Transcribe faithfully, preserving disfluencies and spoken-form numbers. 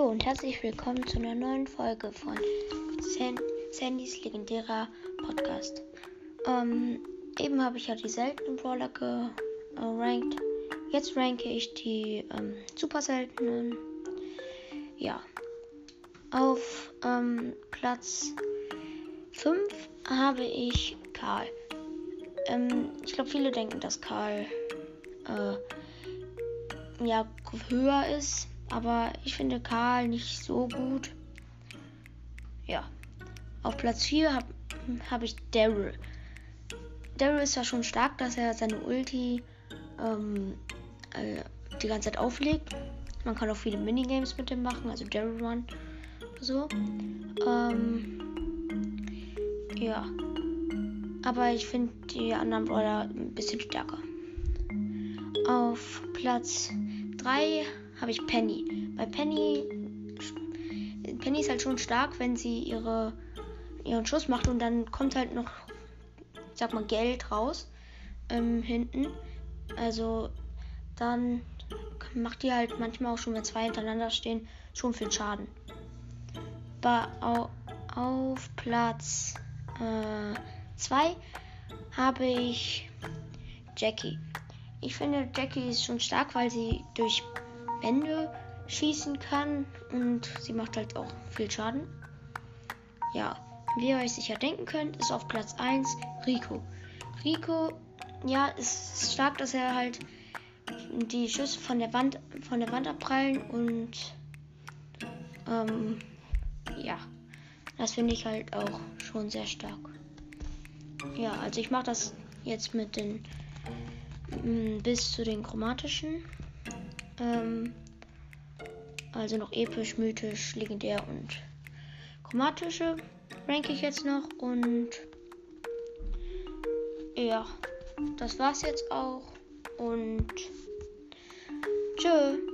Hallo und herzlich willkommen zu einer neuen Folge von San- Sandys legendärer Podcast. Ähm, eben habe ich ja die seltenen Brawler gerankt. Jetzt ranke ich die ähm, super seltenen. Ja. Auf ähm, Platz fünf habe ich Karl. Ähm, ich glaube, viele denken, dass Karl äh, ja, höher ist. Aber ich finde Karl nicht so gut. Ja. Auf Platz vier habe hab ich Daryl. Daryl ist ja schon stark, dass er seine Ulti ähm, äh, die ganze Zeit auflegt. Man kann auch viele Minigames mit dem machen, also Daryl Run. So. Ähm, ja. Aber ich finde die anderen Brawler ein bisschen stärker. Auf Platz drei habe ich Penny. Bei Penny Penny ist halt schon stark, wenn sie ihre, ihren Schuss macht und dann kommt halt noch, ich sag mal, Geld raus ähm, hinten. Also dann macht die halt manchmal auch schon, wenn zwei hintereinander stehen, schon viel Schaden. Bei, au, auf Platz zwei äh, habe ich Jackie. Ich finde, Jackie ist schon stark, weil sie durch Wände schießen kann und sie macht halt auch viel Schaden. Ja, wie ihr euch sicher denken könnt, ist auf Platz eins Rico. Rico, ja, ist stark, dass er halt die Schüsse von der Wand, von der Wand abprallen und ähm, ja, das finde ich halt auch schon sehr stark. Ja, also ich mache das jetzt mit den m, bis zu den chromatischen. Ähm, also noch episch, mythisch, legendär und chromatische ranke ich jetzt noch und ja, das war's jetzt auch und tschö.